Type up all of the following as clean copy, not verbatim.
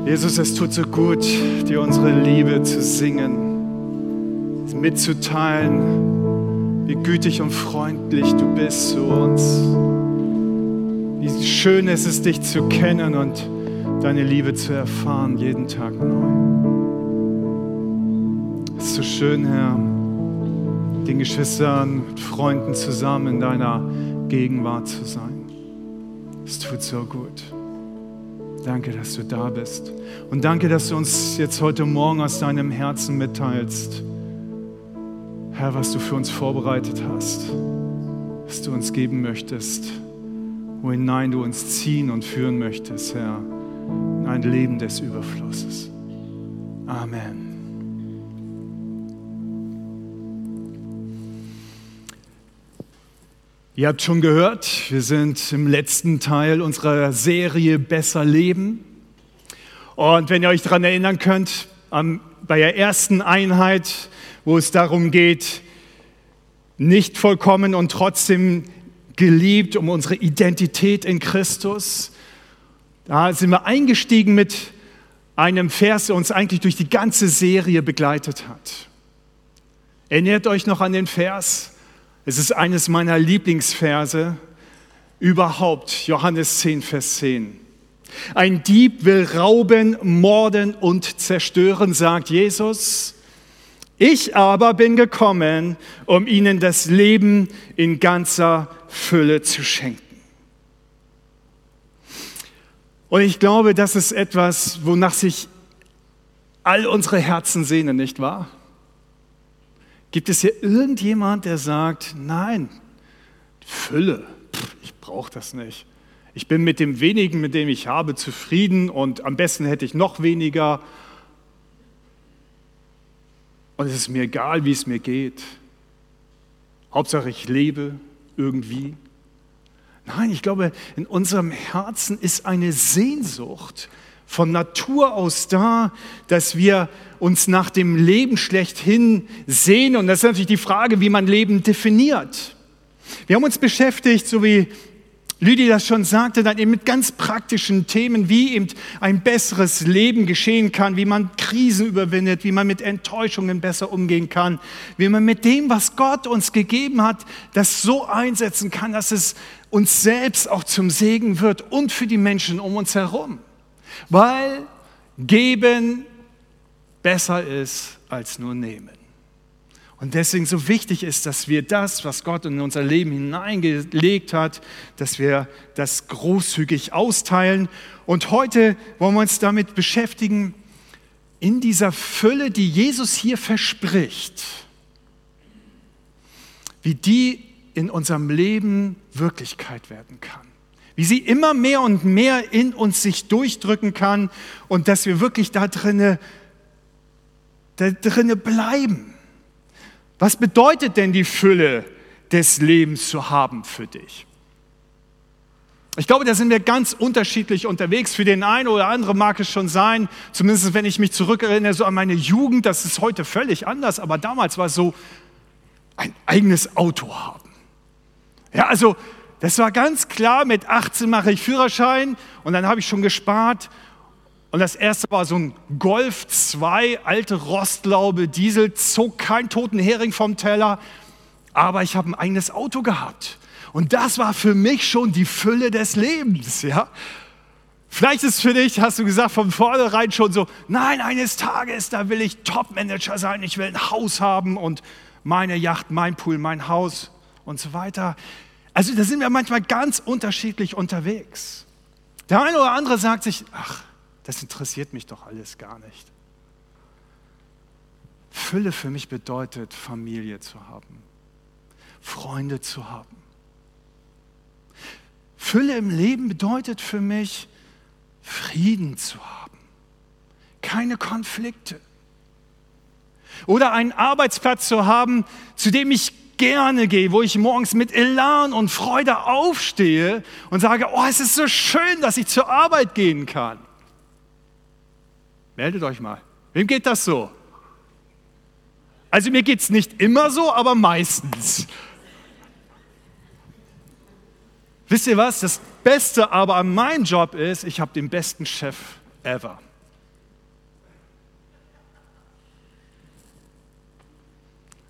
Jesus, es tut so gut, dir unsere Liebe zu singen, mitzuteilen, wie gütig und freundlich du bist zu uns. Wie schön es ist, dich zu kennen und deine Liebe zu erfahren, jeden Tag neu. Es ist so schön, Herr, mit den Geschwistern, mit Freunden zusammen in deiner Gegenwart zu sein. Es tut so gut. Danke, dass du da bist. Und danke, dass du uns jetzt heute Morgen aus deinem Herzen mitteilst, Herr, was du für uns vorbereitet hast, was du uns geben möchtest, wo hinein du uns ziehen und führen möchtest, Herr, in ein Leben des Überflusses. Amen. Ihr habt schon gehört, wir sind im letzten Teil unserer Serie Besser Leben. Und wenn ihr euch daran erinnern könnt, bei der ersten Einheit, wo es darum geht, nicht vollkommen und trotzdem geliebt, um unsere Identität in Christus, da sind wir eingestiegen mit einem Vers, der uns eigentlich durch die ganze Serie begleitet hat. Erinnert euch noch an den Vers? Es ist eines meiner Lieblingsverse überhaupt, Johannes 10, Vers 10. Ein Dieb will rauben, morden und zerstören, sagt Jesus. Ich aber bin gekommen, um ihnen das Leben in ganzer Fülle zu schenken. Und ich glaube, das ist etwas, wonach sich all unsere Herzen sehnen, nicht wahr? Gibt es hier irgendjemand, der sagt, nein, Fülle, ich brauche das nicht. Ich bin mit dem wenigen, mit dem ich habe, zufrieden und am besten hätte ich noch weniger. Und es ist mir egal, wie es mir geht. Hauptsache ich lebe irgendwie. Nein, ich glaube, in unserem Herzen ist eine Sehnsucht von Natur aus da, dass wir uns nach dem Leben schlechthin sehen. Und das ist natürlich die Frage, wie man Leben definiert. Wir haben uns beschäftigt, so wie Lüdi das schon sagte, dann eben mit ganz praktischen Themen, wie eben ein besseres Leben geschehen kann, wie man Krisen überwindet, wie man mit Enttäuschungen besser umgehen kann, wie man mit dem, was Gott uns gegeben hat, das so einsetzen kann, dass es uns selbst auch zum Segen wird und für die Menschen um uns herum. Weil geben besser ist als nur nehmen. Und deswegen so wichtig ist, dass wir das, was Gott in unser Leben hineingelegt hat, dass wir das großzügig austeilen. Und heute wollen wir uns damit beschäftigen, in dieser Fülle, die Jesus hier verspricht, wie die in unserem Leben Wirklichkeit werden kann. Wie sie immer mehr und mehr in uns sich durchdrücken kann und dass wir wirklich da drinne bleiben. Was bedeutet denn die Fülle des Lebens zu haben für dich? Ich glaube, da sind wir ganz unterschiedlich unterwegs. Für den einen oder anderen mag es schon sein, zumindest wenn ich mich zurückerinnere, so an meine Jugend, das ist heute völlig anders, aber damals war es so, ein eigenes Auto haben. Ja, also das war ganz klar, mit 18 mache ich Führerschein und dann habe ich schon gespart. Und das erste war so ein Golf 2, alte Rostlaube, Diesel, zog keinen toten Hering vom Teller, aber ich habe ein eigenes Auto gehabt. Und das war für mich schon die Fülle des Lebens. Ja? Vielleicht ist es für dich, hast du gesagt, von vornherein schon so, nein, eines Tages, da will ich Top-Manager sein, ich will ein Haus haben und meine Yacht, mein Pool, mein Haus und so weiter. Also da sind wir manchmal ganz unterschiedlich unterwegs. Der eine oder andere sagt sich, ach, das interessiert mich doch alles gar nicht. Fülle für mich bedeutet, Familie zu haben, Freunde zu haben. Fülle im Leben bedeutet für mich, Frieden zu haben, keine Konflikte. Oder einen Arbeitsplatz zu haben, zu dem ich gerne gehe, wo ich morgens mit Elan und Freude aufstehe und sage, oh, es ist so schön, dass ich zur Arbeit gehen kann. Meldet euch mal. Wem geht das so? Also mir geht es nicht immer so, aber meistens. Wisst ihr was? Das Beste aber an meinem Job ist, ich habe den besten Chef ever.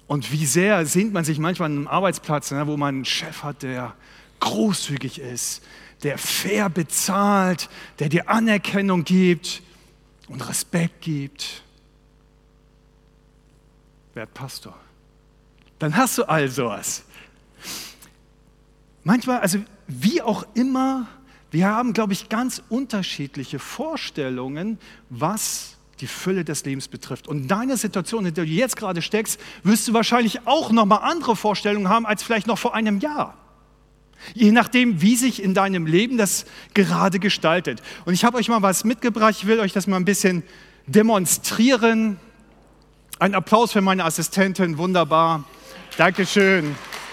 Und wie sehr sehnt man sich manchmal an einem Arbeitsplatz, ne, wo man einen Chef hat, der großzügig ist, der fair bezahlt, der dir Anerkennung gibt und Respekt gibt. Werd Pastor. Dann hast du all sowas. Manchmal, also wie auch immer, wir haben, glaube ich, ganz unterschiedliche Vorstellungen, was die Fülle des Lebens betrifft. Und deine Situation, in der du jetzt gerade steckst, wirst du wahrscheinlich auch nochmal andere Vorstellungen haben als vielleicht noch vor einem Jahr. Je nachdem, wie sich in deinem Leben das gerade gestaltet. Und ich habe euch mal was mitgebracht, ich will euch das mal ein bisschen demonstrieren. Ein Applaus für meine Assistentin, wunderbar. Dankeschön.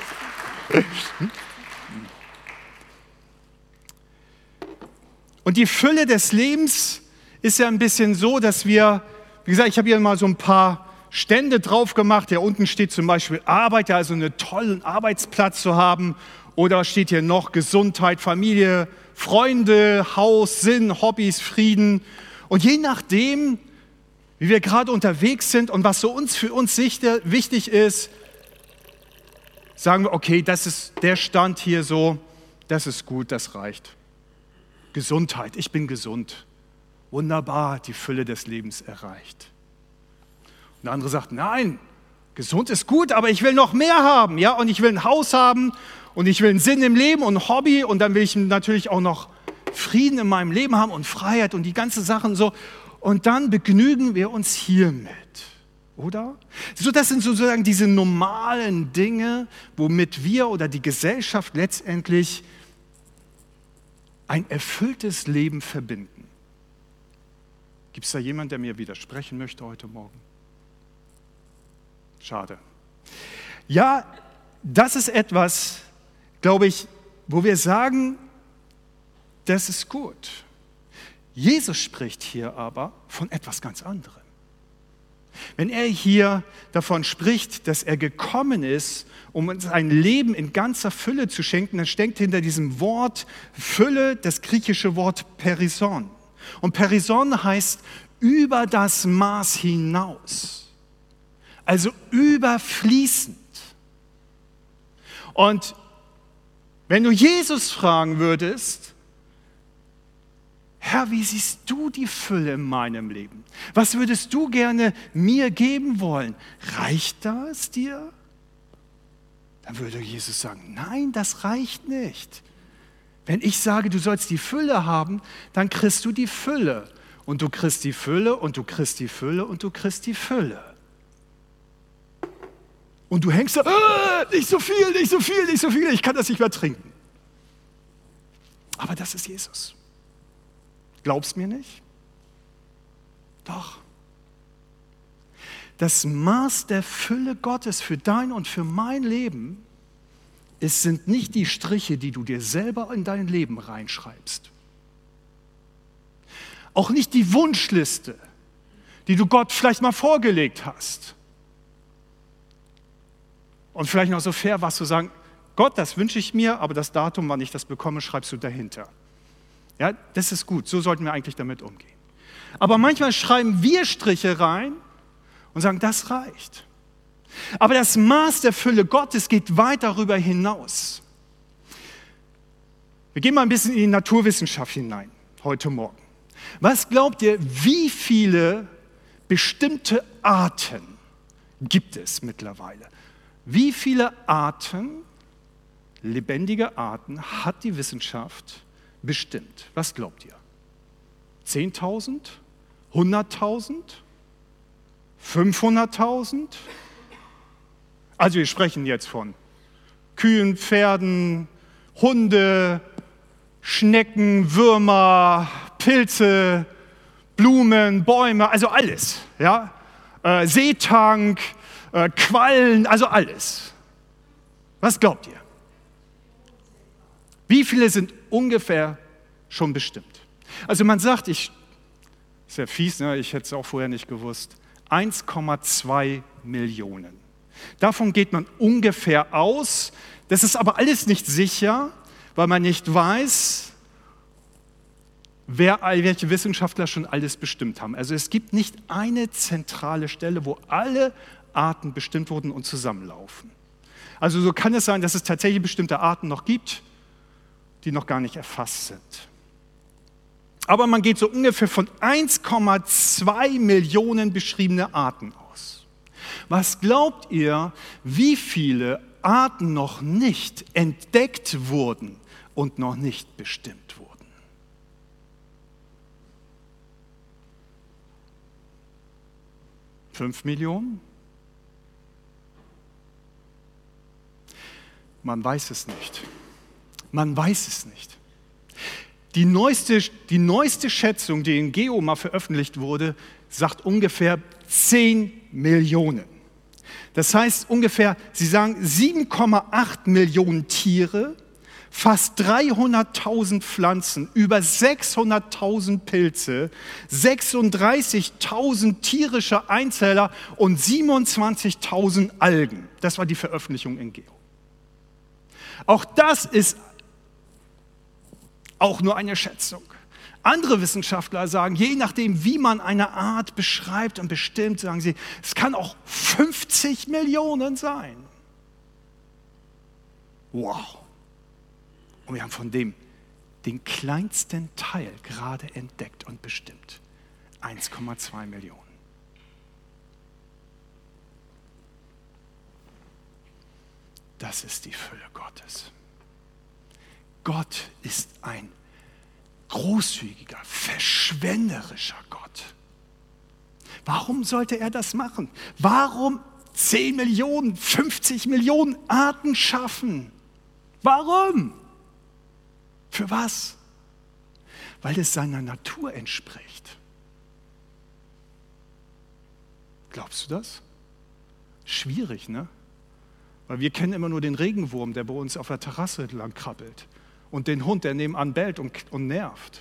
Und die Fülle des Lebens ist ja ein bisschen so, dass wir, wie gesagt, ich habe hier mal so ein paar Stände drauf gemacht. Hier unten steht zum Beispiel Arbeit, also einen tollen Arbeitsplatz zu haben. Oder steht hier noch Gesundheit, Familie, Freunde, Haus, Sinn, Hobbys, Frieden. Und je nachdem, wie wir gerade unterwegs sind und was so für uns wichtig ist, sagen wir, okay, das ist der Stand hier so, das ist gut, das reicht. Gesundheit, ich bin gesund. Wunderbar, die Fülle des Lebens erreicht. Und der andere sagt, nein, gesund ist gut, aber ich will noch mehr haben, ja, und ich will ein Haus haben und ich will einen Sinn im Leben und ein Hobby und dann will ich natürlich auch noch Frieden in meinem Leben haben und Freiheit und die ganzen Sachen so. Und dann begnügen wir uns hiermit, oder? So, das sind sozusagen diese normalen Dinge, womit wir oder die Gesellschaft letztendlich ein erfülltes Leben verbinden. Gibt es da jemanden, der mir widersprechen möchte heute Morgen? Schade. Ja, das ist etwas, glaube ich, wo wir sagen, das ist gut. Jesus spricht hier aber von etwas ganz anderem. Wenn er hier davon spricht, dass er gekommen ist, um uns ein Leben in ganzer Fülle zu schenken, dann steckt hinter diesem Wort Fülle das griechische Wort Perison. Und Perison heißt über das Maß hinaus, also überfließend. Und wenn du Jesus fragen würdest, Herr, wie siehst du die Fülle in meinem Leben? Was würdest du gerne mir geben wollen? Reicht das dir? Dann würde Jesus sagen, nein, das reicht nicht. Wenn ich sage, du sollst die Fülle haben, dann kriegst du die Fülle. Und du kriegst die Fülle und du kriegst die Fülle und du kriegst die Fülle. Und du hängst da, nicht so viel, nicht so viel, nicht so viel, ich kann das nicht mehr trinken. Aber das ist Jesus. Glaubst mir nicht? Doch. Das Maß der Fülle Gottes für dein und für mein Leben sind nicht die Striche, die du dir selber in dein Leben reinschreibst. Auch nicht die Wunschliste, die du Gott vielleicht mal vorgelegt hast. Und vielleicht noch so fair warst zu sagen, Gott, das wünsche ich mir, aber das Datum, wann ich das bekomme, schreibst du dahinter. Ja, das ist gut, so sollten wir eigentlich damit umgehen. Aber manchmal schreiben wir Striche rein und sagen, das reicht. Aber das Maß der Fülle Gottes geht weit darüber hinaus. Wir gehen mal ein bisschen in die Naturwissenschaft hinein, heute Morgen. Was glaubt ihr, wie viele bestimmte Arten gibt es mittlerweile? Wie viele Arten, lebendige Arten, hat die Wissenschaft bestimmt? Was glaubt ihr? 10.000? 100.000? 500.000? Also wir sprechen jetzt von Kühen, Pferden, Hunde, Schnecken, Würmer, Pilze, Blumen, Bäume, also alles. Ja? Seetank, Quallen, also alles. Was glaubt ihr? Wie viele sind ungefähr schon bestimmt? Also man sagt, ist ja fies, ne? Ich hätte es auch vorher nicht gewusst, 1,2 Millionen. Davon geht man ungefähr aus. Das ist aber alles nicht sicher, weil man nicht weiß, welche Wissenschaftler schon alles bestimmt haben. Also es gibt nicht eine zentrale Stelle, wo alle Arten bestimmt wurden und zusammenlaufen. Also so kann es sein, dass es tatsächlich bestimmte Arten noch gibt, die noch gar nicht erfasst sind. Aber man geht so ungefähr von 1,2 Millionen beschriebene Arten aus. Was glaubt ihr, wie viele Arten noch nicht entdeckt wurden und noch nicht bestimmt wurden? 5 Millionen? Man weiß es nicht. Man weiß es nicht. Die neueste Schätzung, die in GEOMA veröffentlicht wurde, sagt ungefähr 10 Millionen. Das heißt ungefähr, sie sagen 7,8 Millionen Tiere, fast 300.000 Pflanzen, über 600.000 Pilze, 36.000 tierische Einzeller und 27.000 Algen. Das war die Veröffentlichung in GEO. Auch das ist auch nur eine Schätzung. Andere Wissenschaftler sagen, je nachdem, wie man eine Art beschreibt und bestimmt, sagen sie, es kann auch 50 Millionen sein. Wow. Und wir haben von dem den kleinsten Teil gerade entdeckt und bestimmt. 1,2 Millionen. Das ist die Fülle Gottes. Gott ist ein großzügiger, verschwenderischer Gott. Warum sollte er das machen? Warum 10 Millionen, 50 Millionen Arten schaffen? Warum? Für was? Weil es seiner Natur entspricht. Glaubst du das? Schwierig, ne? Weil wir kennen immer nur den Regenwurm, der bei uns auf der Terrasse lang krabbelt. Und den Hund, der nebenan bellt und nervt.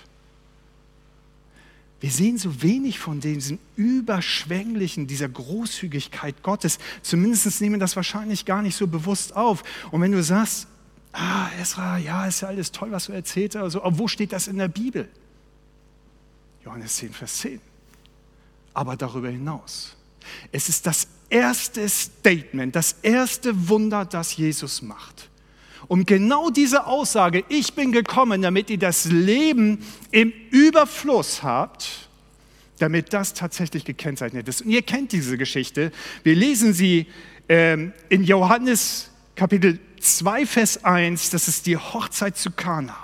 Wir sehen so wenig von diesem Überschwänglichen, dieser Großzügigkeit Gottes. Zumindest nehmen wir das wahrscheinlich gar nicht so bewusst auf. Und wenn du sagst, Esra, ja, ist ja alles toll, was du erzählt hast, also, aber wo steht das in der Bibel? Johannes 10, Vers 10. Aber darüber hinaus. Es ist das erste Statement, das erste Wunder, das Jesus macht. Um genau diese Aussage, ich bin gekommen, damit ihr das Leben im Überfluss habt, damit das tatsächlich gekennzeichnet ist. Und ihr kennt diese Geschichte. Wir lesen sie in Johannes Kapitel 2, Vers 1. Das ist die Hochzeit zu Kana.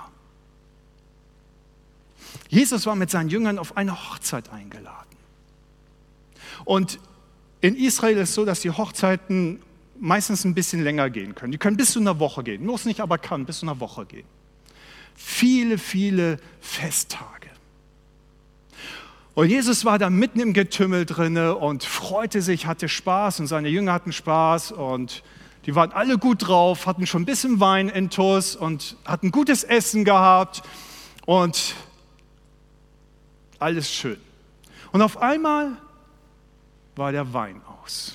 Jesus war mit seinen Jüngern auf eine Hochzeit eingeladen. Und in Israel ist es so, dass die Hochzeiten meistens ein bisschen länger gehen können. Die können bis zu einer Woche gehen. Muss nicht, aber kann bis zu einer Woche gehen. Viele, viele Festtage. Und Jesus war da mitten im Getümmel drinne und freute sich, hatte Spaß und seine Jünger hatten Spaß und die waren alle gut drauf, hatten schon ein bisschen Wein intus und hatten gutes Essen gehabt und alles schön. Und auf einmal war der Wein aus.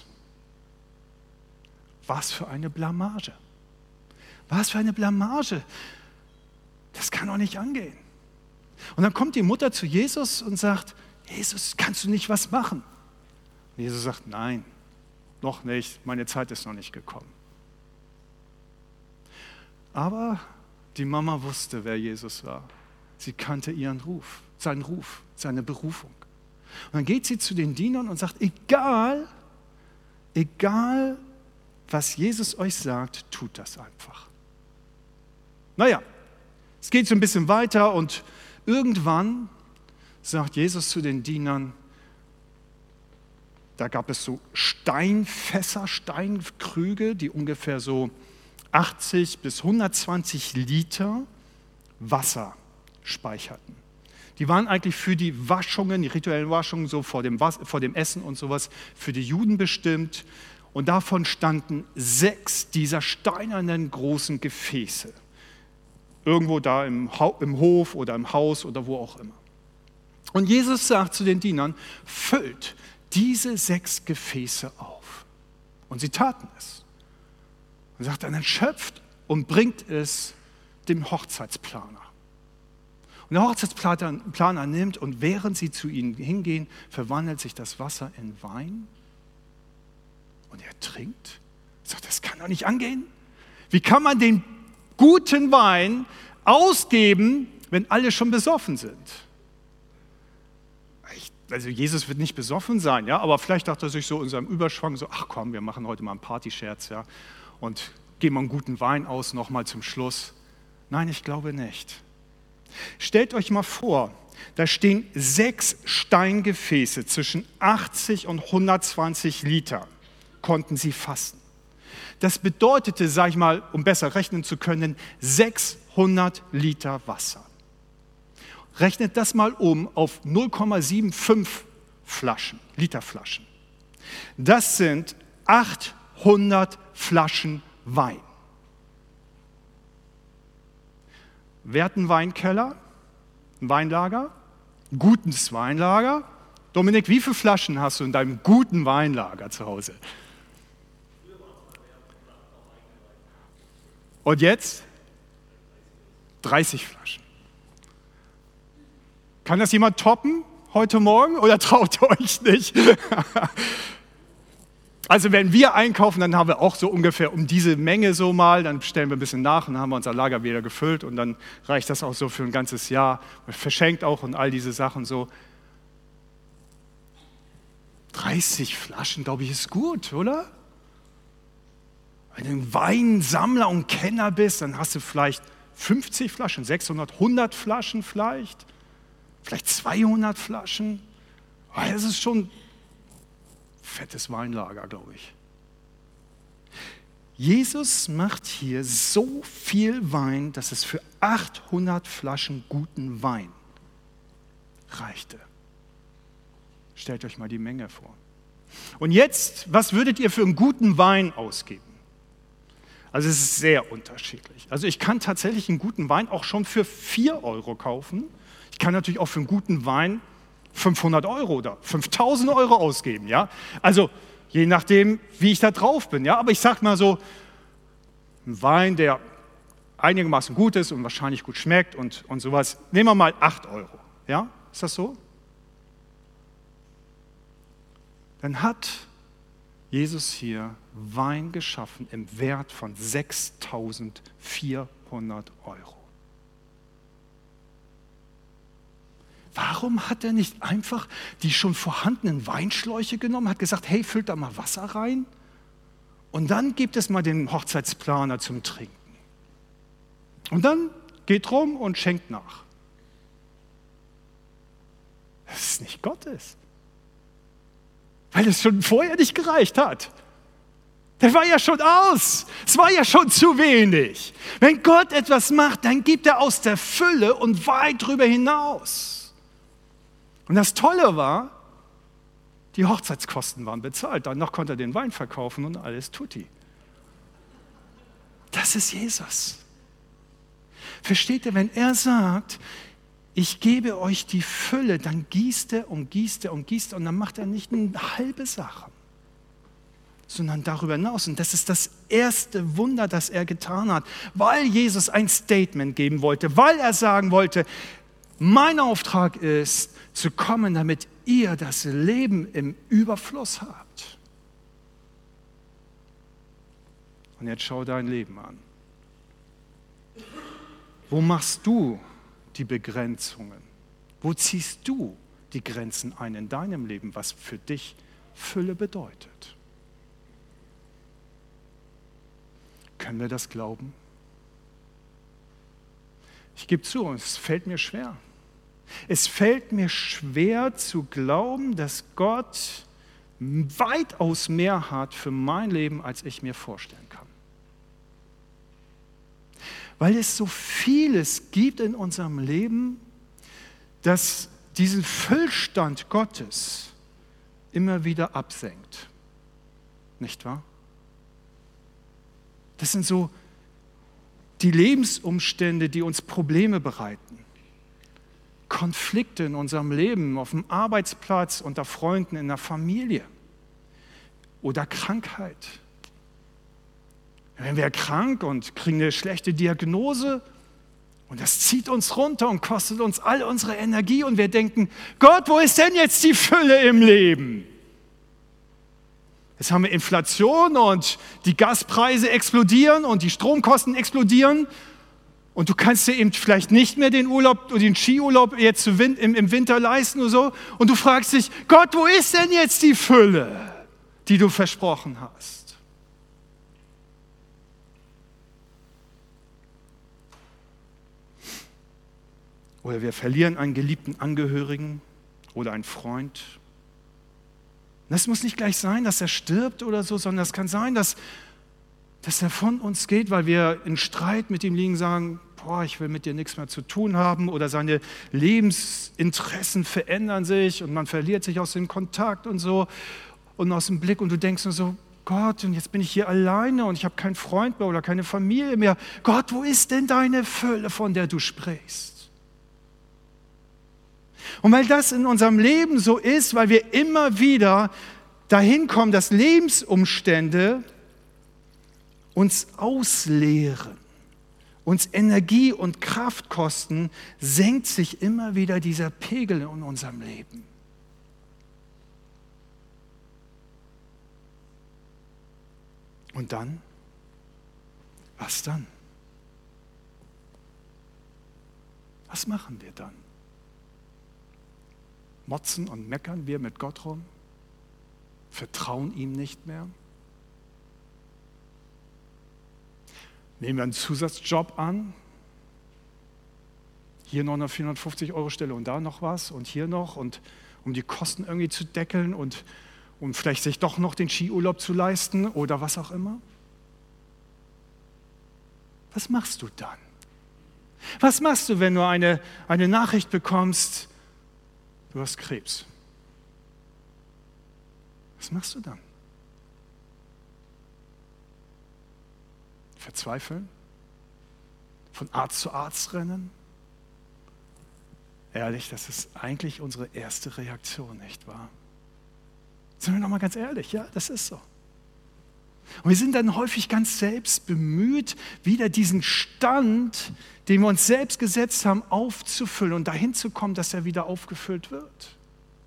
Was für eine Blamage. Was für eine Blamage. Das kann doch nicht angehen. Und dann kommt die Mutter zu Jesus und sagt, Jesus, kannst du nicht was machen? Und Jesus sagt, nein, noch nicht, meine Zeit ist noch nicht gekommen. Aber die Mama wusste, wer Jesus war. Sie kannte ihren Ruf, seine Berufung. Und dann geht sie zu den Dienern und sagt, egal, was Jesus euch sagt, tut das einfach. Naja, es geht so ein bisschen weiter und irgendwann sagt Jesus zu den Dienern, da gab es so Steinfässer, Steinkrüge, die ungefähr so 80 bis 120 Liter Wasser speicherten. Die waren eigentlich für die Waschungen, die rituellen Waschungen, so vor dem Essen und sowas, für die Juden bestimmt. Und davon standen 6 dieser steinernen großen Gefäße. Irgendwo da im Hof oder im Haus oder wo auch immer. Und Jesus sagt zu den Dienern, füllt diese 6 Gefäße auf. Und sie taten es. Und sagt dann, schöpft und bringt es dem Hochzeitsplaner. Und der Hochzeitsplaner nimmt und während sie zu ihnen hingehen, verwandelt sich das Wasser in Wein. Und er trinkt. Ich sage, das kann doch nicht angehen. Wie kann man den guten Wein ausgeben, wenn alle schon besoffen sind? Also Jesus wird nicht besoffen sein, ja, aber vielleicht dachte er sich so in seinem Überschwang so, ach komm, wir machen heute mal einen Partyscherz, ja, und geben mal einen guten Wein aus, nochmal zum Schluss. Nein, ich glaube nicht. Stellt euch mal vor, da stehen 6 Steingefäße zwischen 80 und 120 Liter, konnten sie fassen. Das bedeutete, sag ich mal, um besser rechnen zu können, 600 Liter Wasser. Rechnet das mal um auf 0,75 Liter Flaschen. Das sind 800 Flaschen Wein. Wer hat einen Weinkeller, ein Weinlager, ein gutes Weinlager? Dominik, wie viele Flaschen hast du in deinem guten Weinlager zu Hause? Und jetzt? 30 Flaschen. Kann das jemand toppen heute Morgen oder traut ihr euch nicht? Also wenn wir einkaufen, dann haben wir auch so ungefähr um diese Menge so mal, dann stellen wir ein bisschen nach und dann haben wir unser Lager wieder gefüllt und dann reicht das auch so für ein ganzes Jahr. Verschenkt auch und all diese Sachen so. 30 Flaschen, glaube ich, ist gut, oder? Wenn du ein Weinsammler und Kenner bist, dann hast du vielleicht 50 Flaschen, 600, 100 Flaschen vielleicht 200 Flaschen. Das ist schon ein fettes Weinlager, glaube ich. Jesus macht hier so viel Wein, dass es für 800 Flaschen guten Wein reichte. Stellt euch mal die Menge vor. Und jetzt, was würdet ihr für einen guten Wein ausgeben? Also es ist sehr unterschiedlich. Also ich kann tatsächlich einen guten Wein auch schon für 4 Euro kaufen. Ich kann natürlich auch für einen guten Wein 500 Euro oder 5000 Euro ausgeben. Ja? Also je nachdem, wie ich da drauf bin. Ja? Aber ich sage mal so, ein Wein, der einigermaßen gut ist und wahrscheinlich gut schmeckt und sowas, nehmen wir mal 8 Euro. Ja? Ist das so? Dann hat Jesus hier Wein geschaffen im Wert von 6.400 Euro. Warum hat er nicht einfach die schon vorhandenen Weinschläuche genommen, hat gesagt, hey, füllt da mal Wasser rein und dann gebt es mal dem Hochzeitsplaner zum Trinken. Und dann geht rum und schenkt nach. Das ist nicht Gottes. Weil es schon vorher nicht gereicht hat. Der war ja schon aus. Es war ja schon zu wenig. Wenn Gott etwas macht, dann gibt er aus der Fülle und weit drüber hinaus. Und das Tolle war, die Hochzeitskosten waren bezahlt. Danach konnte er den Wein verkaufen und alles tutti. Das ist Jesus. Versteht ihr, wenn er sagt, ich gebe euch die Fülle, dann gießt er und gießt er und gießt er und dann macht er nicht eine halbe Sache, sondern darüber hinaus. Und das ist das erste Wunder, das er getan hat, weil Jesus ein Statement geben wollte, weil er sagen wollte, mein Auftrag ist, zu kommen, damit ihr das Leben im Überfluss habt. Und jetzt schau dein Leben an. Wo machst du die Begrenzungen? Wo ziehst du die Grenzen ein in deinem Leben, was für dich Fülle bedeutet? Können wir das glauben? Ich gebe zu, es fällt mir schwer. Es fällt mir schwer zu glauben, dass Gott weitaus mehr hat für mein Leben, als ich mir vorstellen kann. Weil es so vieles gibt in unserem Leben, das diesen Füllstand Gottes immer wieder absenkt. Nicht wahr? Das sind so die Lebensumstände, die uns Probleme bereiten. Konflikte in unserem Leben, auf dem Arbeitsplatz, unter Freunden, in der Familie oder Krankheit. Wenn wir krank und kriegen eine schlechte Diagnose und das zieht uns runter und kostet uns all unsere Energie und wir denken, Gott, wo ist denn jetzt die Fülle im Leben? Jetzt haben wir Inflation und die Gaspreise explodieren und die Stromkosten explodieren. Und du kannst dir eben vielleicht nicht mehr den Urlaub oder den Skiurlaub jetzt im Winter leisten oder so. Und du fragst dich, Gott, wo ist denn jetzt die Fülle, die du versprochen hast? Oder wir verlieren einen geliebten Angehörigen oder einen Freund. Das muss nicht gleich sein, dass er stirbt oder so, sondern es kann sein, dass er von uns geht, weil wir in Streit mit ihm liegen, sagen, boah, ich will mit dir nichts mehr zu tun haben, oder seine Lebensinteressen verändern sich und man verliert sich aus dem Kontakt und so und aus dem Blick und du denkst nur so, Gott, und jetzt bin ich hier alleine und ich habe keinen Freund mehr oder keine Familie mehr. Gott, wo ist denn deine Fülle, von der du sprichst? Und weil das in unserem Leben so ist, weil wir immer wieder dahin kommen, dass Lebensumstände uns ausleeren, uns Energie und Kraft kosten, senkt sich immer wieder dieser Pegel in unserem Leben. Und dann? Was dann? Was machen wir dann? Motzen und meckern wir mit Gott rum? Vertrauen ihm nicht mehr? Nehmen wir einen Zusatzjob an? Hier noch eine 450-Euro-Stelle und da noch was und hier noch, und um die Kosten irgendwie zu deckeln und um vielleicht sich doch noch den Skiurlaub zu leisten oder was auch immer? Was machst du dann? Was machst du, wenn du eine Nachricht bekommst, du hast Krebs? Was machst du dann? Verzweifeln? Von Arzt zu Arzt rennen? Ehrlich, das ist eigentlich unsere erste Reaktion, nicht wahr? Sind wir noch mal ganz ehrlich, ja, das ist so. Und wir sind dann häufig ganz selbst bemüht, wieder diesen Stand, den wir uns selbst gesetzt haben, aufzufüllen und dahin zu kommen, dass er wieder aufgefüllt wird.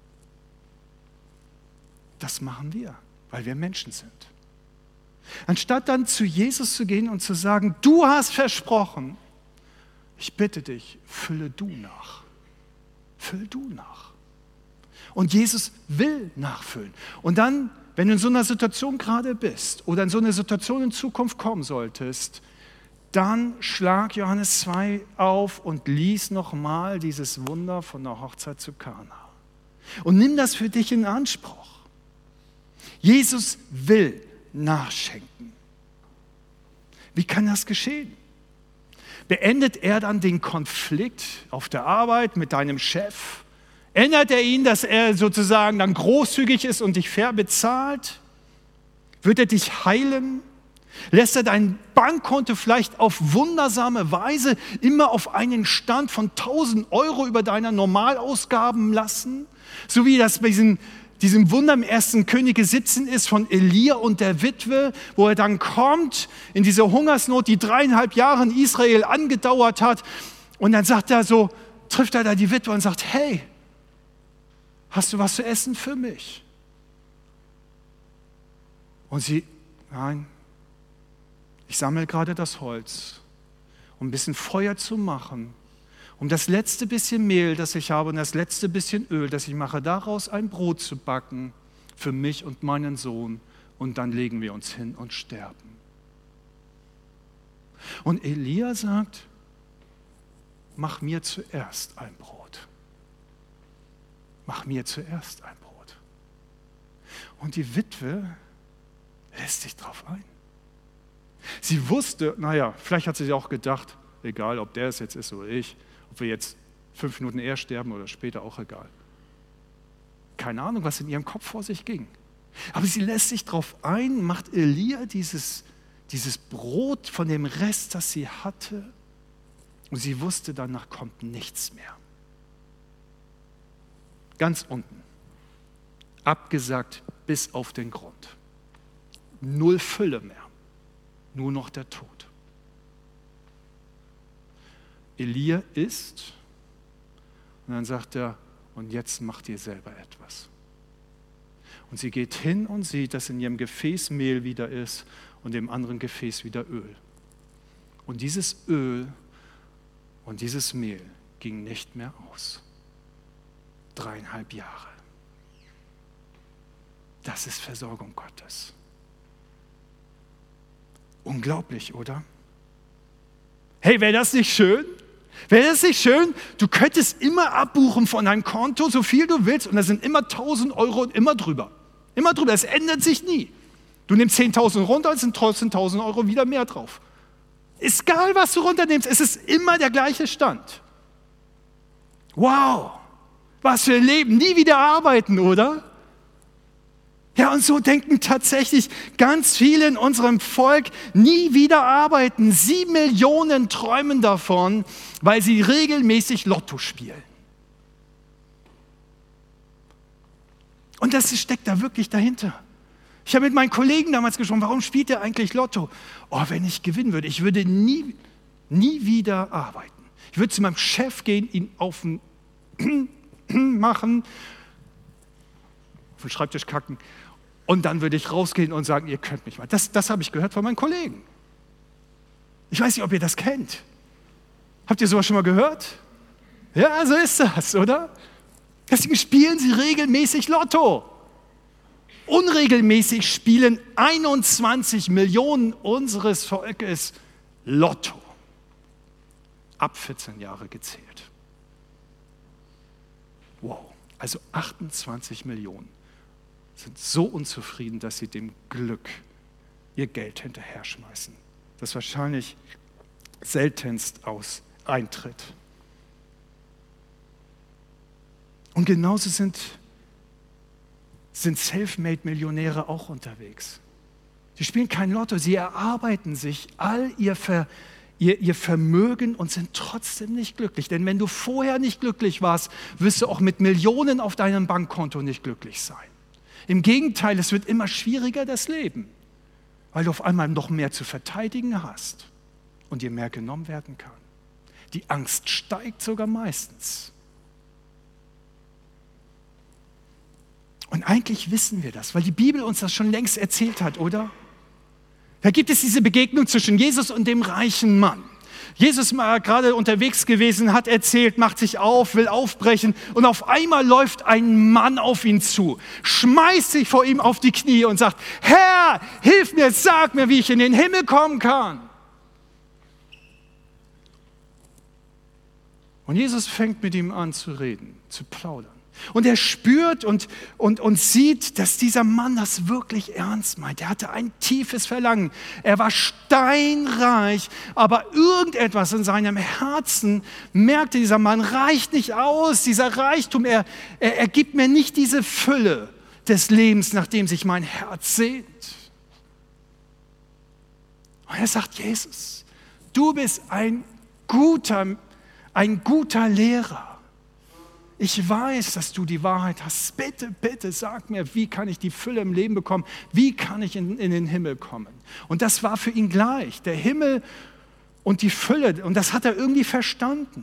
Das machen wir, weil wir Menschen sind. Anstatt dann zu Jesus zu gehen und zu sagen, du hast versprochen, ich bitte dich, fülle du nach. Füll du nach. Und Jesus will nachfüllen. Und dann, wenn du in so einer Situation gerade bist oder in so einer Situation in Zukunft kommen solltest, dann schlag Johannes 2 auf und lies nochmal dieses Wunder von der Hochzeit zu Kana. Und nimm das für dich in Anspruch. Jesus will nachschenken. Wie kann das geschehen? Beendet er dann den Konflikt auf der Arbeit mit deinem Chef? Ändert er ihn, dass er sozusagen dann großzügig ist und dich fair bezahlt? Wird er dich heilen? Lässt er dein Bankkonto vielleicht auf wundersame Weise immer auf einen Stand von 1.000 Euro über deiner Normalausgaben lassen? So wie das bei diesem Wunder im 1. Könige 17 ist von Elia und der Witwe, wo er dann kommt in diese Hungersnot, die 3,5 Jahre in Israel angedauert hat. Und dann trifft er da die Witwe und sagt, hey, hast du was zu essen für mich? Und sie, nein, ich sammle gerade das Holz, um ein bisschen Feuer zu machen, um das letzte bisschen Mehl, das ich habe, und das letzte bisschen Öl, das ich mache, daraus ein Brot zu backen für mich und meinen Sohn. Und dann legen wir uns hin und sterben. Und Elia sagt, mach mir zuerst ein Brot. Mach mir zuerst ein Brot. Und die Witwe lässt sich drauf ein. Sie wusste, vielleicht hat sie sich auch gedacht, egal ob der es jetzt ist oder ich, ob wir jetzt 5 Minuten eher sterben oder später, auch egal. Keine Ahnung, was in ihrem Kopf vor sich ging. Aber sie lässt sich drauf ein, macht Elia dieses Brot von dem Rest, das sie hatte. Und sie wusste, danach kommt nichts mehr. Ganz unten. Abgesagt bis auf den Grund. 0 Fülle mehr. Nur noch der Tod. Elia isst und dann sagt er, und jetzt mach dir selber etwas. Und sie geht hin und sieht, dass in ihrem Gefäß Mehl wieder ist und im anderen Gefäß wieder Öl. Und dieses Öl und dieses Mehl ging nicht mehr aus. 3,5 Jahre. Das ist Versorgung Gottes. Unglaublich, oder? Hey, wäre das nicht schön? Wäre das nicht schön? Du könntest immer abbuchen von deinem Konto, so viel du willst, und da sind immer 1.000 Euro und immer drüber. Immer drüber, es ändert sich nie. Du nimmst 10.000 runter, es sind trotzdem 1.000 Euro wieder mehr drauf. Ist egal, was du runternimmst, es ist immer der gleiche Stand. Wow, was für ein Leben, nie wieder arbeiten, oder? Ja, und so denken tatsächlich ganz viele in unserem Volk, nie wieder arbeiten. 7 Millionen träumen davon, weil sie regelmäßig Lotto spielen. Und das steckt da wirklich dahinter. Ich habe mit meinen Kollegen damals gesprochen, warum spielt er eigentlich Lotto? Oh, wenn ich gewinnen würde, ich würde nie wieder arbeiten. Ich würde zu meinem Chef gehen, ihn auf den machen, auf den Schreibtisch kacken, und dann würde ich rausgehen und sagen, ihr könnt mich mal. Das habe ich gehört von meinen Kollegen. Ich weiß nicht, ob ihr das kennt. Habt ihr sowas schon mal gehört? Ja, so ist das, oder? Deswegen spielen sie regelmäßig Lotto. Unregelmäßig spielen 21 Millionen unseres Volkes Lotto. Ab 14 Jahre gezählt. Wow, also 28 Millionen sind so unzufrieden, dass sie dem Glück ihr Geld hinterher schmeißen. Das wahrscheinlich seltenst eintritt. Und genauso sind Selfmade-Millionäre auch unterwegs. Sie spielen kein Lotto, sie erarbeiten sich all ihr Vermögen und sind trotzdem nicht glücklich. Denn wenn du vorher nicht glücklich warst, wirst du auch mit Millionen auf deinem Bankkonto nicht glücklich sein. Im Gegenteil, es wird immer schwieriger, das Leben, weil du auf einmal noch mehr zu verteidigen hast und dir mehr genommen werden kann. Die Angst steigt sogar meistens. Und eigentlich wissen wir das, weil die Bibel uns das schon längst erzählt hat, oder? Da gibt es diese Begegnung zwischen Jesus und dem reichen Mann. Jesus war gerade unterwegs gewesen, hat erzählt, macht sich auf, will aufbrechen, und auf einmal läuft ein Mann auf ihn zu, schmeißt sich vor ihm auf die Knie und sagt, Herr, hilf mir, sag mir, wie ich in den Himmel kommen kann. Und Jesus fängt mit ihm an zu reden, zu plaudern. Und er spürt und sieht, dass dieser Mann das wirklich ernst meint. Er hatte ein tiefes Verlangen. Er war steinreich, aber irgendetwas in seinem Herzen merkte dieser Mann, reicht nicht aus. Dieser Reichtum, er gibt mir nicht diese Fülle des Lebens, nach dem sich mein Herz sehnt. Und er sagt, Jesus, du bist ein guter Lehrer. Ich weiß, dass du die Wahrheit hast. Bitte, bitte sag mir, wie kann ich die Fülle im Leben bekommen? Wie kann ich in den Himmel kommen? Und das war für ihn gleich, der Himmel und die Fülle. Und das hat er irgendwie verstanden.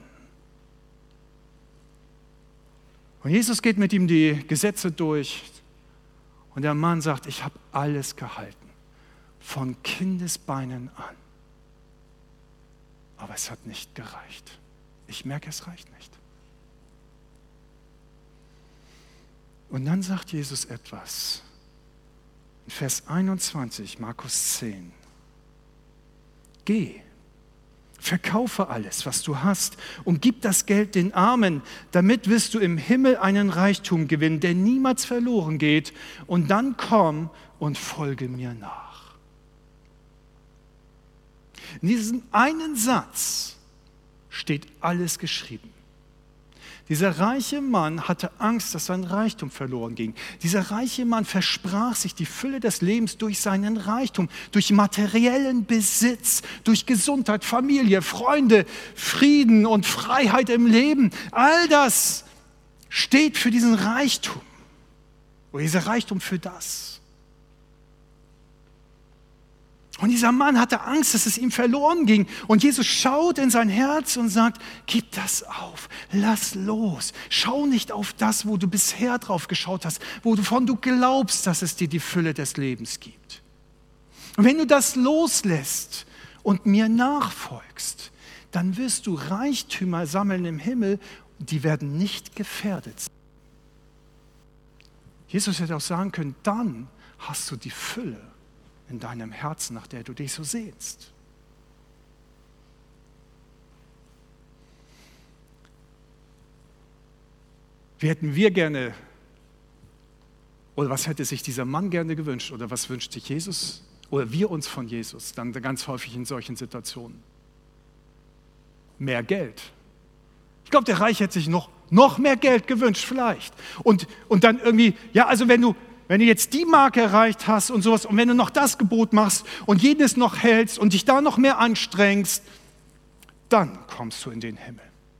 Und Jesus geht mit ihm die Gesetze durch. Und der Mann sagt, ich habe alles gehalten, von Kindesbeinen an. Aber es hat nicht gereicht. Ich merke, es reicht nicht. Und dann sagt Jesus etwas. In Vers 21, Markus 10. Geh, verkaufe alles, was du hast, und gib das Geld den Armen. Damit wirst du im Himmel einen Reichtum gewinnen, der niemals verloren geht. Und dann komm und folge mir nach. In diesem einen Satz steht alles geschrieben. Dieser reiche Mann hatte Angst, dass sein Reichtum verloren ging. Dieser reiche Mann versprach sich die Fülle des Lebens durch seinen Reichtum, durch materiellen Besitz, durch Gesundheit, Familie, Freunde, Frieden und Freiheit im Leben. All das steht für diesen Reichtum. Oder dieser Reichtum für das. Und dieser Mann hatte Angst, dass es ihm verloren ging. Und Jesus schaut in sein Herz und sagt, gib das auf, lass los. Schau nicht auf das, wo du bisher drauf geschaut hast, wovon du glaubst, dass es dir die Fülle des Lebens gibt. Und wenn du das loslässt und mir nachfolgst, dann wirst du Reichtümer sammeln im Himmel, die werden nicht gefährdet sein. Jesus hätte auch sagen können, dann hast du die Fülle in deinem Herzen, nach der du dich so sehnst. Wie hätten wir gerne, oder was hätte sich dieser Mann gerne gewünscht, oder was wünscht sich Jesus, oder wir uns von Jesus, dann ganz häufig in solchen Situationen? Mehr Geld. Ich glaube, der Reich hätte sich noch mehr Geld gewünscht, vielleicht. Und dann irgendwie, ja, also wenn du jetzt die Marke erreicht hast und sowas, und wenn du noch das Gebot machst und jedes noch hältst und dich da noch mehr anstrengst, dann kommst du in den Himmel.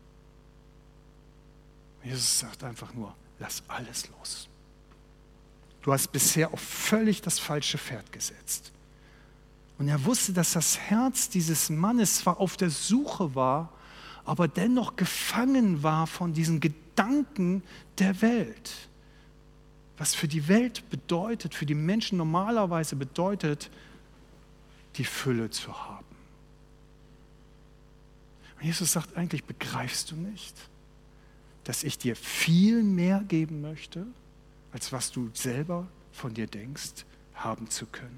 Jesus sagt einfach nur, lass alles los. Du hast bisher auf völlig das falsche Pferd gesetzt. Und er wusste, dass das Herz dieses Mannes zwar auf der Suche war, aber dennoch gefangen war von diesen Gedanken der Welt. Was für die Welt bedeutet, für die Menschen normalerweise bedeutet, die Fülle zu haben. Und Jesus sagt eigentlich, begreifst du nicht, dass ich dir viel mehr geben möchte, als was du selber von dir denkst, haben zu können?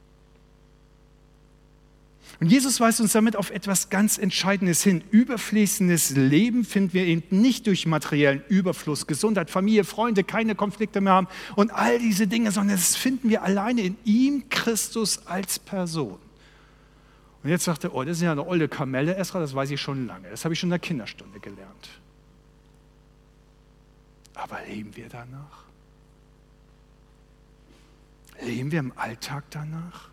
Und Jesus weist uns damit auf etwas ganz Entscheidendes hin. Überfließendes Leben finden wir eben nicht durch materiellen Überfluss, Gesundheit, Familie, Freunde, keine Konflikte mehr haben und all diese Dinge, sondern das finden wir alleine in ihm, Christus als Person. Und jetzt sagt er, oh, das ist ja eine olle Kamelle, Esra, das weiß ich schon lange. Das habe ich schon in der Kinderstunde gelernt. Aber leben wir danach? Leben wir im Alltag danach?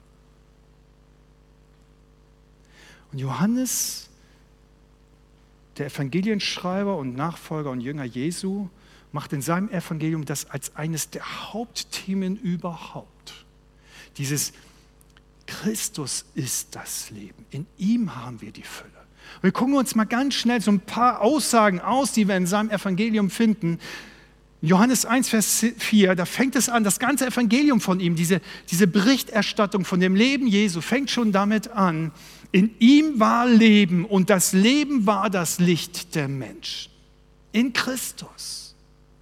Und Johannes, der Evangelienschreiber und Nachfolger und Jünger Jesu, macht in seinem Evangelium das als eines der Hauptthemen überhaupt. Dieses Christus ist das Leben. In ihm haben wir die Fülle. Und wir gucken uns mal ganz schnell so ein paar Aussagen aus, die wir in seinem Evangelium finden. Johannes 1, Vers 4, da fängt es an, das ganze Evangelium von ihm, diese Berichterstattung von dem Leben Jesu, fängt schon damit an. In ihm war Leben und das Leben war das Licht der Menschen. In Christus.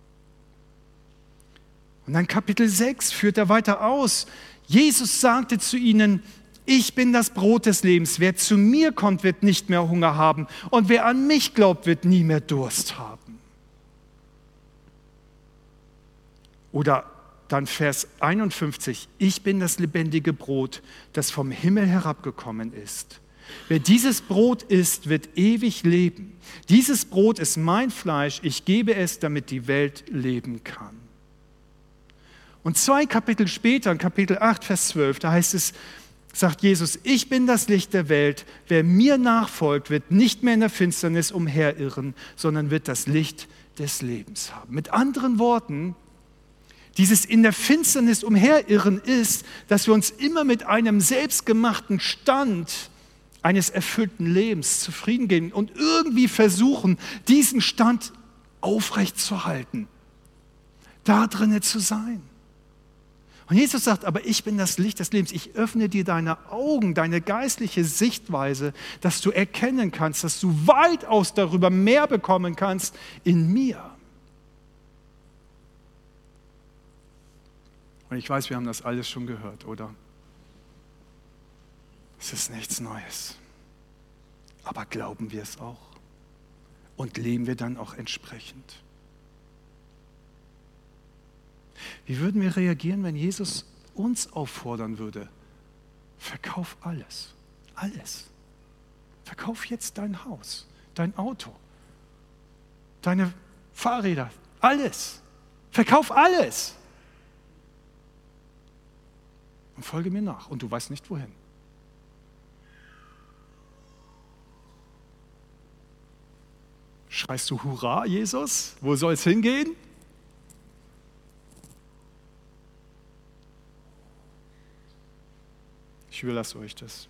Und dann Kapitel 6 führt er weiter aus. Jesus sagte zu ihnen, ich bin das Brot des Lebens. Wer zu mir kommt, wird nicht mehr Hunger haben. Und wer an mich glaubt, wird nie mehr Durst haben. Oder dann Vers 51. Ich bin das lebendige Brot, das vom Himmel herabgekommen ist. Wer dieses Brot isst, wird ewig leben. Dieses Brot ist mein Fleisch. Ich gebe es, damit die Welt leben kann. Und 2 Kapitel später, in Kapitel 8, Vers 12, da heißt es, sagt Jesus, ich bin das Licht der Welt. Wer mir nachfolgt, wird nicht mehr in der Finsternis umherirren, sondern wird das Licht des Lebens haben. Mit anderen Worten, dieses in der Finsternis umherirren ist, dass wir uns immer mit einem selbstgemachten Stand eines erfüllten Lebens zufrieden geben und irgendwie versuchen, diesen Stand aufrechtzuerhalten, da drinnen zu sein. Und Jesus sagt, aber ich bin das Licht des Lebens. Ich öffne dir deine Augen, deine geistliche Sichtweise, dass du erkennen kannst, dass du weitaus darüber mehr bekommen kannst in mir. Und ich weiß, wir haben das alles schon gehört, oder? Es ist nichts Neues. Aber glauben wir es auch? Und leben wir dann auch entsprechend? Wie würden wir reagieren, wenn Jesus uns auffordern würde? Verkauf alles. Alles. Verkauf jetzt dein Haus, dein Auto, deine Fahrräder, alles. Verkauf alles. Und folge mir nach. Und du weißt nicht, wohin. Schreist du Hurra, Jesus? Wo soll es hingehen? Ich überlasse euch das.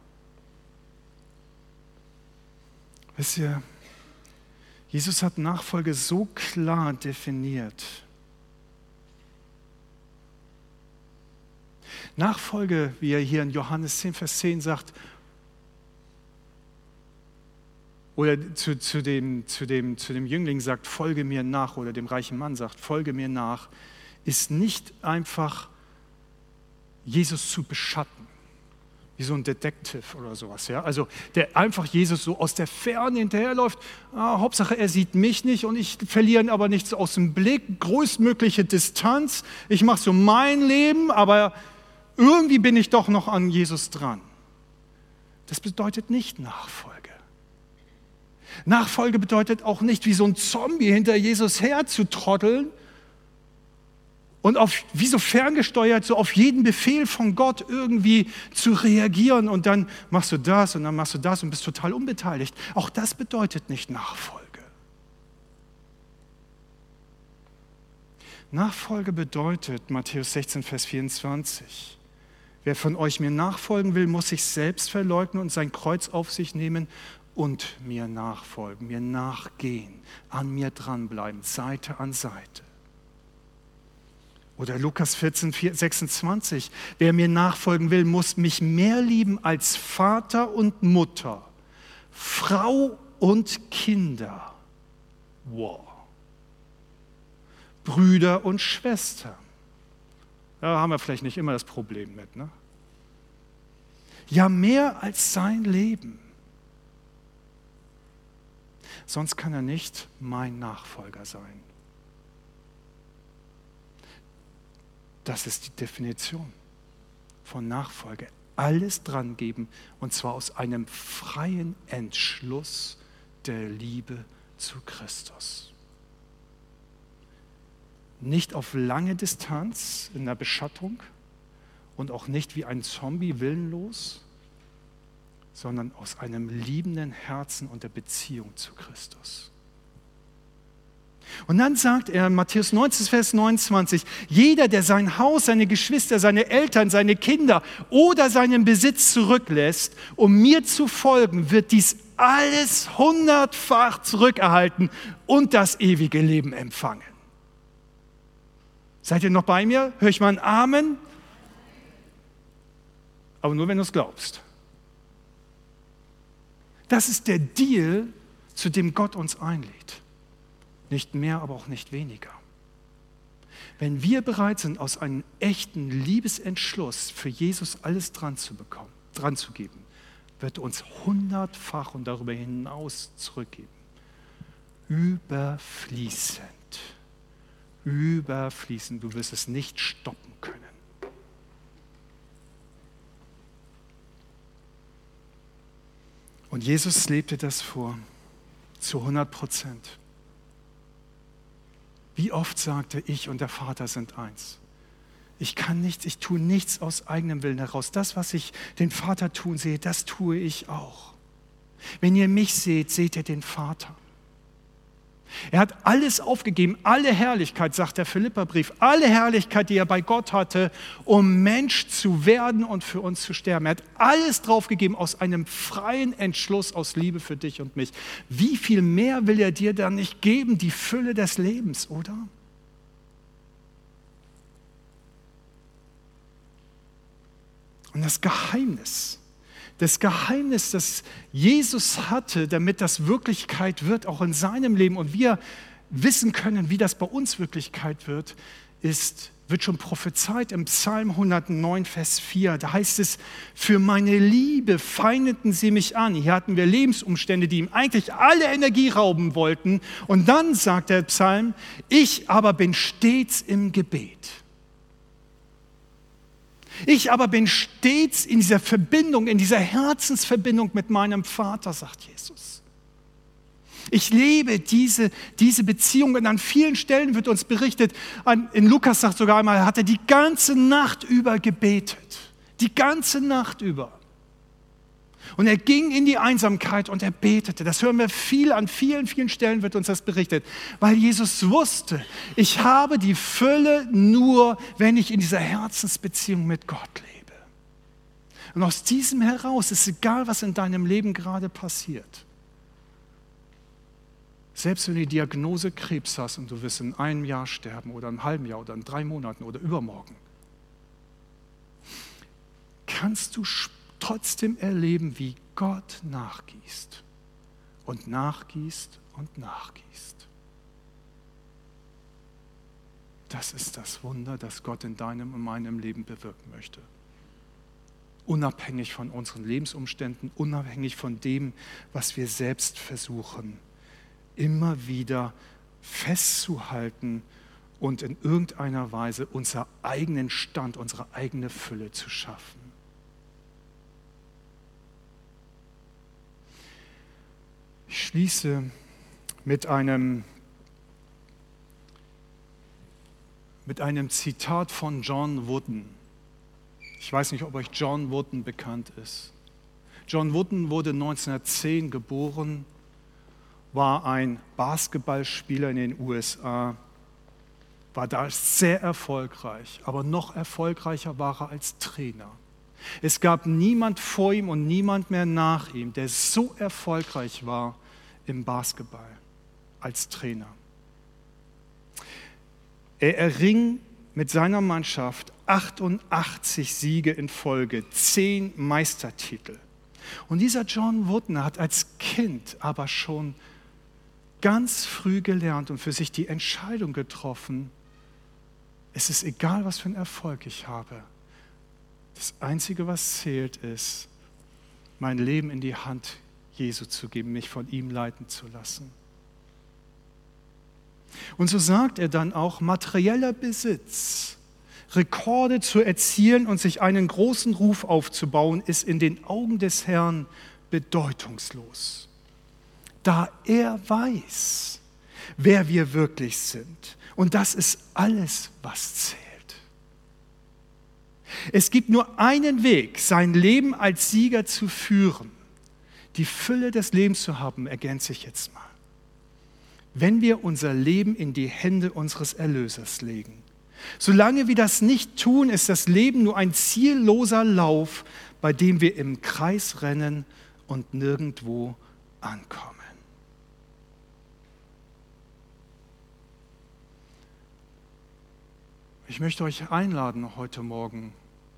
Wisst ihr, Jesus hat Nachfolge so klar definiert. Nachfolge, wie er hier in Johannes 10, Vers 10 sagt, oder zu dem Jüngling sagt, folge mir nach, oder dem reichen Mann sagt, folge mir nach, ist nicht einfach Jesus zu beschatten, wie so ein Detective oder sowas. Ja? Also der einfach Jesus so aus der Ferne hinterherläuft, Hauptsache er sieht mich nicht und ich verliere ihn aber nicht so aus dem Blick, größtmögliche Distanz, ich mache so mein Leben, aber irgendwie bin ich doch noch an Jesus dran. Das bedeutet nicht Nachfolge. Nachfolge bedeutet auch nicht, wie so ein Zombie hinter Jesus herzutrotteln und wie so ferngesteuert, so auf jeden Befehl von Gott irgendwie zu reagieren und dann machst du das und dann machst du das und bist total unbeteiligt. Auch das bedeutet nicht Nachfolge. Nachfolge bedeutet, Matthäus 16, Vers 24, wer von euch mir nachfolgen will, muss sich selbst verleugnen und sein Kreuz auf sich nehmen und mir nachfolgen, mir nachgehen, an mir dranbleiben, Seite an Seite. Oder Lukas 14, 26, wer mir nachfolgen will, muss mich mehr lieben als Vater und Mutter, Frau und Kinder. Wow. Brüder und Schwestern. Da haben wir vielleicht nicht immer das Problem mit, ne? Ja, mehr als sein Leben. Sonst kann er nicht mein Nachfolger sein. Das ist die Definition von Nachfolge. Alles dran geben und zwar aus einem freien Entschluss der Liebe zu Christus. Nicht auf lange Distanz in der Beschattung und auch nicht wie ein Zombie willenlos, sondern aus einem liebenden Herzen und der Beziehung zu Christus. Und dann sagt er in Matthäus 19, Vers 29, jeder, der sein Haus, seine Geschwister, seine Eltern, seine Kinder oder seinen Besitz zurücklässt, um mir zu folgen, wird dies alles 100-fach zurückerhalten und das ewige Leben empfangen. Seid ihr noch bei mir? Hör ich mal ein Amen? Aber nur, wenn du es glaubst. Das ist der Deal, zu dem Gott uns einlädt. Nicht mehr, aber auch nicht weniger. Wenn wir bereit sind, aus einem echten Liebesentschluss für Jesus alles dran zu geben, wird er uns 100-fach und darüber hinaus zurückgeben. Überfließend. Überfließend. Du wirst es nicht stoppen können. Und Jesus lebte das vor, zu 100%. Wie oft sagte ich und der Vater sind eins. Ich tue nichts aus eigenem Willen heraus. Das, was ich den Vater tun sehe, das tue ich auch. Wenn ihr mich seht, seht ihr den Vater. Er hat alles aufgegeben, alle Herrlichkeit, sagt der Philipperbrief, alle Herrlichkeit, die er bei Gott hatte, um Mensch zu werden und für uns zu sterben. Er hat alles draufgegeben aus einem freien Entschluss, aus Liebe für dich und mich. Wie viel mehr will er dir dann nicht geben, die Fülle des Lebens, oder? Und das Geheimnis, das Jesus hatte, damit das Wirklichkeit wird, auch in seinem Leben und wir wissen können, wie das bei uns Wirklichkeit wird, wird schon prophezeit im Psalm 109, Vers 4. Da heißt es, für meine Liebe feindeten sie mich an. Hier hatten wir Lebensumstände, die ihm eigentlich alle Energie rauben wollten. Und dann sagt der Psalm, ich aber bin stets im Gebet. Ich aber bin stets in dieser Verbindung, in dieser Herzensverbindung mit meinem Vater, sagt Jesus. Ich lebe diese Beziehung und an vielen Stellen wird uns berichtet, in Lukas sagt sogar einmal, hat er die ganze Nacht über gebetet. Die ganze Nacht über. Und er ging in die Einsamkeit und er betete. Das hören wir viel, an vielen, vielen Stellen wird uns das berichtet. Weil Jesus wusste, ich habe die Fülle nur, wenn ich in dieser Herzensbeziehung mit Gott lebe. Und aus diesem heraus ist egal, was in deinem Leben gerade passiert. Selbst wenn du die Diagnose Krebs hast und du wirst in einem Jahr sterben oder einem halben Jahr oder in 3 Monaten oder übermorgen, kannst du trotzdem erleben, wie Gott nachgießt und nachgießt und nachgießt. Das ist das Wunder, das Gott in deinem und meinem Leben bewirken möchte. Unabhängig von unseren Lebensumständen, unabhängig von dem, was wir selbst versuchen, immer wieder festzuhalten und in irgendeiner Weise unseren eigenen Stand, unsere eigene Fülle zu schaffen. Ich schließe mit einem Zitat von John Wooden. Ich weiß nicht, ob euch John Wooden bekannt ist. John Wooden wurde 1910 geboren, war ein Basketballspieler in den USA, war da sehr erfolgreich, aber noch erfolgreicher war er als Trainer. Es gab niemand vor ihm und niemand mehr nach ihm, der so erfolgreich war im Basketball als Trainer. Er erring mit seiner Mannschaft 88 Siege in Folge, 10 Meistertitel. Und dieser John Wooden hat als Kind aber schon ganz früh gelernt und für sich die Entscheidung getroffen, es ist egal, was für einen Erfolg ich habe. Das Einzige, was zählt, ist, mein Leben in die Hand Jesu zu geben, mich von ihm leiten zu lassen. Und so sagt er dann auch, materieller Besitz, Rekorde zu erzielen und sich einen großen Ruf aufzubauen, ist in den Augen des Herrn bedeutungslos. Da er weiß, wer wir wirklich sind. Und das ist alles, was zählt. Es gibt nur einen Weg, sein Leben als Sieger zu führen. Die Fülle des Lebens zu haben, ergänze ich jetzt mal. Wenn wir unser Leben in die Hände unseres Erlösers legen. Solange wir das nicht tun, ist das Leben nur ein zielloser Lauf, bei dem wir im Kreis rennen und nirgendwo ankommen. Ich möchte euch einladen, heute Morgen,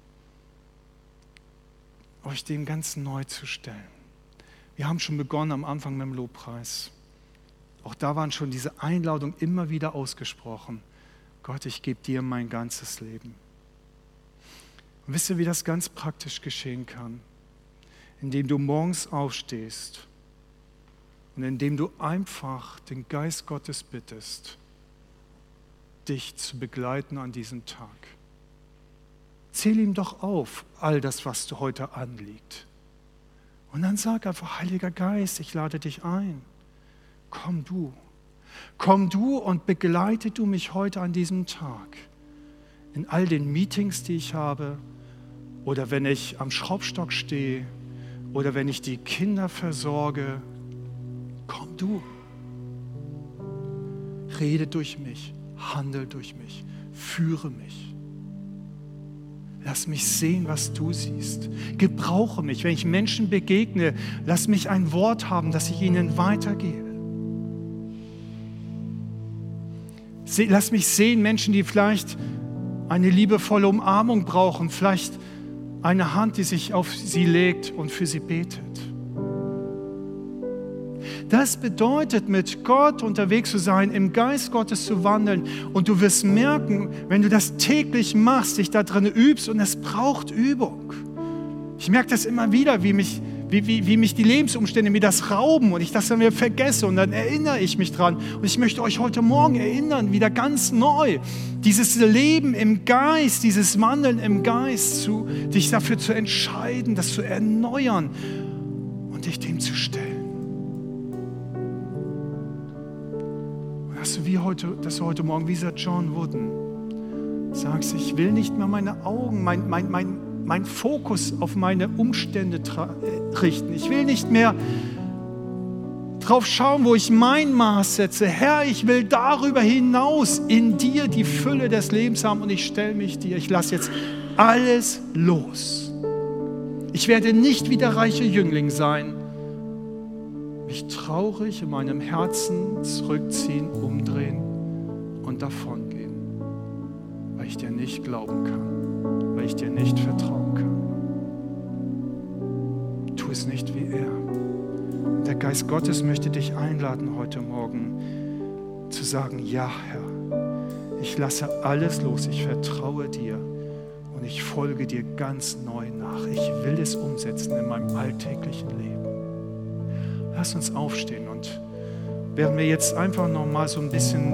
euch dem ganz neu zu stellen. Wir haben schon begonnen am Anfang mit dem Lobpreis. Auch da waren schon diese Einladungen immer wieder ausgesprochen. Gott, ich gebe dir mein ganzes Leben. Und wisst ihr, wie das ganz praktisch geschehen kann? Indem du morgens aufstehst und indem du einfach den Geist Gottes bittest, dich zu begleiten an diesem Tag. Zähl ihm doch auf, all das, was du heute anliegt. Und dann sag einfach, Heiliger Geist, ich lade dich ein. Komm du und begleite du mich heute an diesem Tag. In all den Meetings, die ich habe, oder wenn ich am Schraubstock stehe, oder wenn ich die Kinder versorge. Komm du. Rede durch mich. Handel durch mich, führe mich. Lass mich sehen, was du siehst. Gebrauche mich. Wenn ich Menschen begegne, lass mich ein Wort haben, das ich ihnen weitergebe. Lass mich sehen, Menschen, die vielleicht eine liebevolle Umarmung brauchen, vielleicht eine Hand, die sich auf sie legt und für sie betet. Das bedeutet, mit Gott unterwegs zu sein, im Geist Gottes zu wandeln. Und du wirst merken, wenn du das täglich machst, dich da drin übst, und es braucht Übung. Ich merke das immer wieder, wie mich die Lebensumstände mir das rauben und ich das dann wieder vergesse, und dann erinnere ich mich dran. Und ich möchte euch heute Morgen erinnern, wieder ganz neu, dieses Leben im Geist, dieses Wandeln im Geist, dich dafür zu entscheiden, das zu erneuern und dich dem zu stellen. Dass du heute Morgen, wie dieser John Wooden, sagst, ich will nicht mehr meine Augen, mein Fokus auf meine Umstände richten. Ich will nicht mehr drauf schauen, wo ich mein Maß setze. Herr, ich will darüber hinaus in dir die Fülle des Lebens haben, und ich stelle mich dir. Ich lasse jetzt alles los. Ich werde nicht wie der reiche Jüngling sein, mich traurig in meinem Herzen zurückziehen, umdrehen und davongehen, weil ich dir nicht glauben kann, weil ich dir nicht vertrauen kann. Tu es nicht wie er. Und der Geist Gottes möchte dich einladen, heute Morgen zu sagen, ja, Herr, ich lasse alles los, ich vertraue dir und ich folge dir ganz neu nach. Ich will es umsetzen in meinem alltäglichen Leben. Lass uns aufstehen und während wir jetzt einfach noch mal so ein bisschen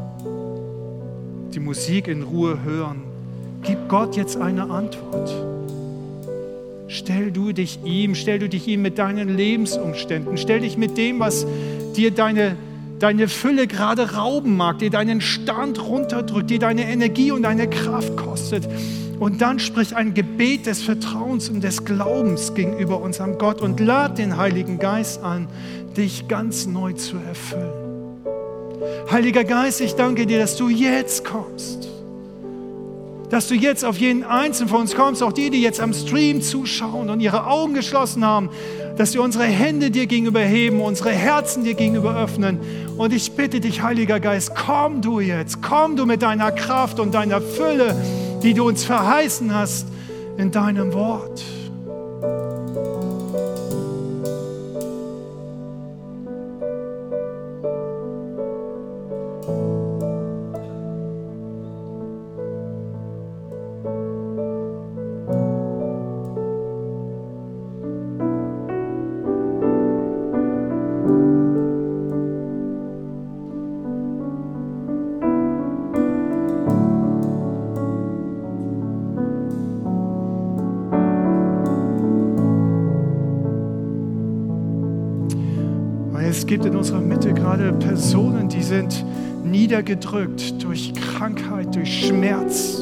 die Musik in Ruhe hören, gib Gott jetzt eine Antwort. Stell du dich ihm mit deinen Lebensumständen, stell dich mit dem, was dir deine Fülle gerade rauben mag, dir deinen Stand runterdrückt, dir deine Energie und deine Kraft kostet. Und dann sprich ein Gebet des Vertrauens und des Glaubens gegenüber unserem Gott und lad den Heiligen Geist an, dich ganz neu zu erfüllen. Heiliger Geist, ich danke dir, dass du jetzt kommst. Dass du jetzt auf jeden Einzelnen von uns kommst, auch die jetzt am Stream zuschauen und ihre Augen geschlossen haben, dass wir unsere Hände dir gegenüber heben, unsere Herzen dir gegenüber öffnen. Und ich bitte dich, Heiliger Geist, komm du jetzt, komm du mit deiner Kraft und deiner Fülle, die du uns verheißen hast in deinem Wort. Es gibt in unserer Mitte gerade Personen, die sind niedergedrückt durch Krankheit, durch Schmerz.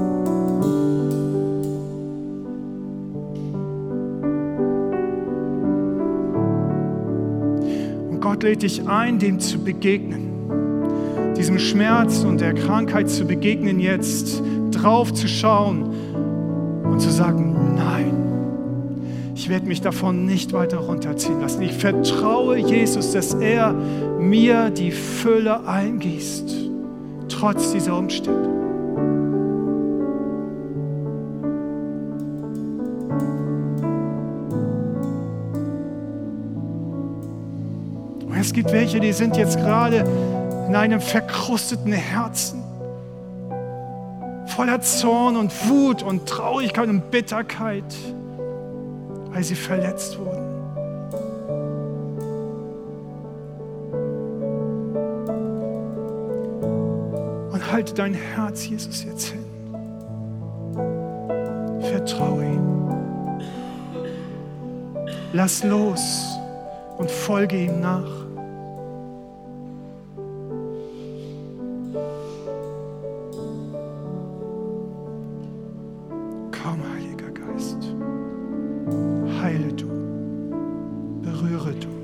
Und Gott lädt dich ein, dem zu begegnen, diesem Schmerz und der Krankheit zu begegnen, jetzt drauf zu schauen und zu sagen, nein. Ich werde mich davon nicht weiter runterziehen lassen. Ich vertraue Jesus, dass er mir die Fülle eingießt, trotz dieser Umstände. Und es gibt welche, die sind jetzt gerade in einem verkrusteten Herzen, voller Zorn und Wut und Traurigkeit und Bitterkeit, weil sie verletzt wurden. Und halte dein Herz Jesus jetzt hin. Vertraue ihm. Lass los und folge ihm nach. Komm, Heiliger Geist. Heile du, berühre du.